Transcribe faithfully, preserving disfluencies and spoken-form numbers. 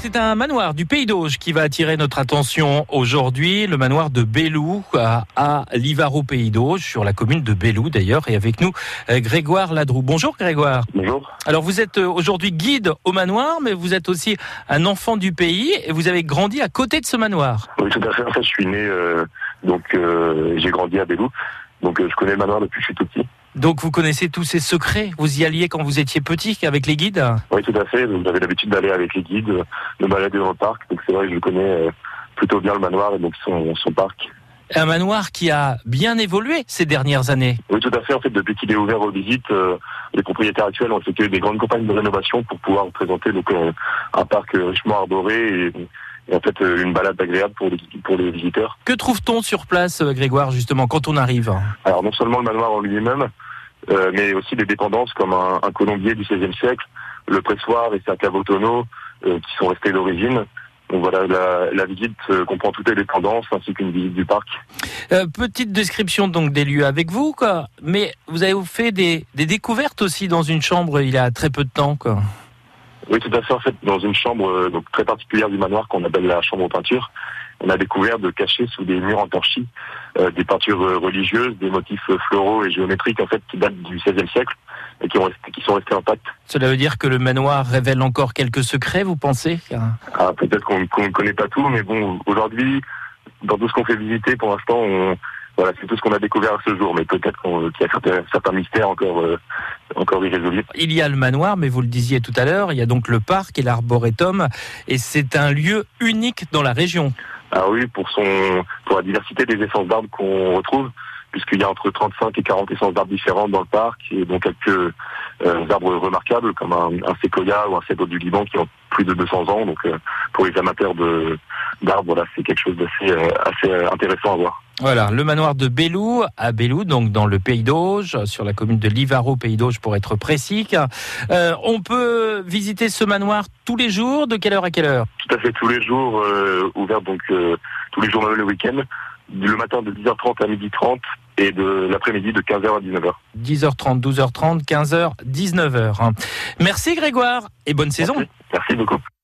c'est un manoir du Pays d'Auge qui va attirer notre attention aujourd'hui, le manoir de Belloux à, à Livaro Pays d'Auge, sur la commune de Belloux d'ailleurs, et avec nous Grégoire Ladroux. Bonjour Grégoire. Bonjour. Alors vous êtes aujourd'hui guide au manoir, mais vous êtes aussi un enfant du pays et vous avez grandi à côté de ce manoir. Oui, tout à fait. En fait, je suis né, euh, donc euh, j'ai grandi à Belloux, donc euh, je connais le manoir depuis que je suis tout petit. Donc vous connaissez tous ces secrets, vous y alliez quand vous étiez petit avec les guides? Oui, tout à fait. Donc, j'avais l'habitude d'aller avec les guides, de balader dans le parc, donc c'est vrai que je connais euh, plutôt bien le manoir et donc son, son parc. Un manoir qui a bien évolué ces dernières années. Oui, tout à fait. En fait, depuis qu'il est ouvert aux visites, euh, les propriétaires actuels ont effectué des grandes campagnes de rénovation pour pouvoir présenter donc euh, un parc richement arboré et, et en fait euh, une balade agréable pour les, pour les visiteurs. Que trouve-t-on sur place, Grégoire, justement, quand on arrive? Alors, non seulement le manoir en lui-même, euh, mais aussi des dépendances comme un, un colombier du seizième siècle, le pressoir et sa cave au tonneau, euh, qui sont restés d'origine. Donc voilà, la, la visite euh, comprend toutes les dépendances ainsi qu'une visite du parc. Euh, petite description donc des lieux avec vous, quoi. Mais vous avez fait des, des découvertes aussi dans une chambre il y a très peu de temps, quoi. Oui, tout à fait. En fait, dans une chambre euh, donc très particulière du manoir qu'on appelle la chambre aux peintures, on a découvert de cacher sous des murs entorchis euh, des peintures euh, religieuses, des motifs euh, floraux et géométriques en fait qui datent du seizième siècle et qui, ont resté, qui sont restés intacts. Cela veut dire que le manoir révèle encore quelques secrets, vous pensez? Ah, peut-être qu'on qu'on ne connaît pas tout, mais bon, aujourd'hui, dans tout ce qu'on fait visiter, pour l'instant, on, voilà, c'est tout ce qu'on a découvert à ce jour, mais peut-être qu'on, qu'il y a certains, certains mystères encore, euh, encore irrésolus. Il y a le manoir, mais vous le disiez tout à l'heure, il y a donc le parc et l'arboretum, et c'est un lieu unique dans la région. Ah oui, pour son, pour la diversité des essences d'arbres qu'on retrouve, puisqu'il y a entre trente-cinq et quarante essences d'arbres différentes dans le parc, et donc quelques euh, arbres remarquables, comme un, un séquoia ou un cèdre du Liban qui ont plus de deux cents ans. Donc euh, pour les amateurs de, d'arbres, voilà, c'est quelque chose d'assez euh, assez intéressant à voir. Voilà, le manoir de Belloux, à Belloux, donc dans le Pays d'Auge, sur la commune de Livaro, Pays d'Auge pour être précis. Euh, on peut visiter ce manoir tous les jours, de quelle heure à quelle heure? Tout à fait, tous les jours, euh, ouvert donc euh, tous les jours, même le week-end, le matin de dix heures trente à midi trente et de l'après-midi de quinze heures à dix-neuf heures. dix heures trente, douze heures trente, quinze heures, dix-neuf heures. Merci Grégoire et bonne saison. Merci, Merci beaucoup.